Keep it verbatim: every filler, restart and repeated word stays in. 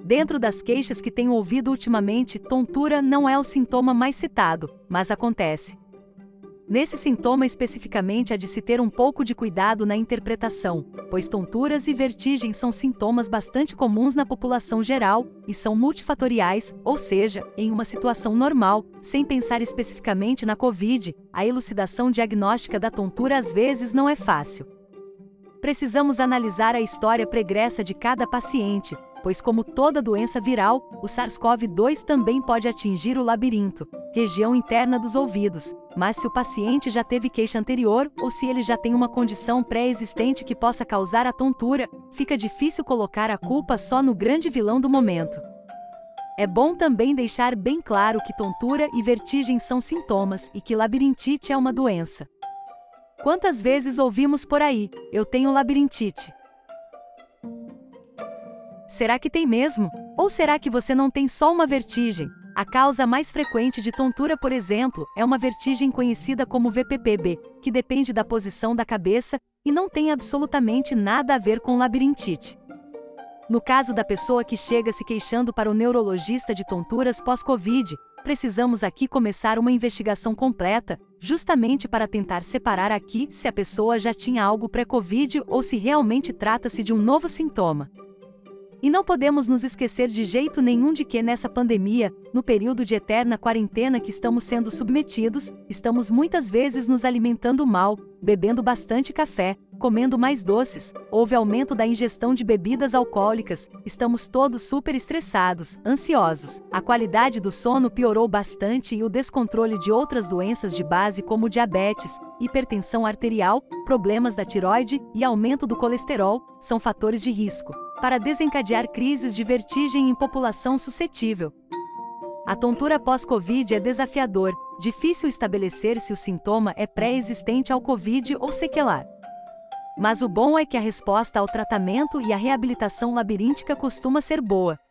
Dentro das queixas que tenho ouvido ultimamente, tontura não é o sintoma mais citado, mas acontece. Nesse sintoma especificamente há de se ter um pouco de cuidado na interpretação, pois tonturas e vertigem são sintomas bastante comuns na população geral e são multifatoriais, ou seja, em uma situação normal, sem pensar especificamente na Covid, a elucidação diagnóstica da tontura às vezes não é fácil. Precisamos analisar a história pregressa de cada paciente, pois como toda doença viral, o SARS-CoV dois também pode atingir o labirinto, região interna dos ouvidos, mas se o paciente já teve queixa anterior ou se ele já tem uma condição pré-existente que possa causar a tontura, fica difícil colocar a culpa só no grande vilão do momento. É bom também deixar bem claro que tontura e vertigem são sintomas e que labirintite é uma doença. Quantas vezes ouvimos por aí, eu tenho labirintite? Será que tem mesmo? Ou será que você não tem só uma vertigem? A causa mais frequente de tontura, por exemplo, é uma vertigem conhecida como V P P B, que depende da posição da cabeça e não tem absolutamente nada a ver com labirintite. No caso da pessoa que chega se queixando para o neurologista de tonturas pós-Covid, precisamos aqui começar uma investigação completa, justamente para tentar separar aqui se a pessoa já tinha algo pré-Covid ou se realmente trata-se de um novo sintoma. E não podemos nos esquecer de jeito nenhum de que nessa pandemia, no período de eterna quarentena que estamos sendo submetidos, estamos muitas vezes nos alimentando mal, bebendo bastante café, comendo mais doces, houve aumento da ingestão de bebidas alcoólicas, estamos todos super estressados, ansiosos, a qualidade do sono piorou bastante e o descontrole de outras doenças de base como diabetes, hipertensão arterial, problemas da tireoide e aumento do colesterol, são fatores de risco para desencadear crises de vertigem em população suscetível. A tontura pós-Covid é desafiador, difícil estabelecer se o sintoma é pré-existente ao Covid ou sequelar. Mas o bom é que a resposta ao tratamento e à reabilitação labiríntica costuma ser boa.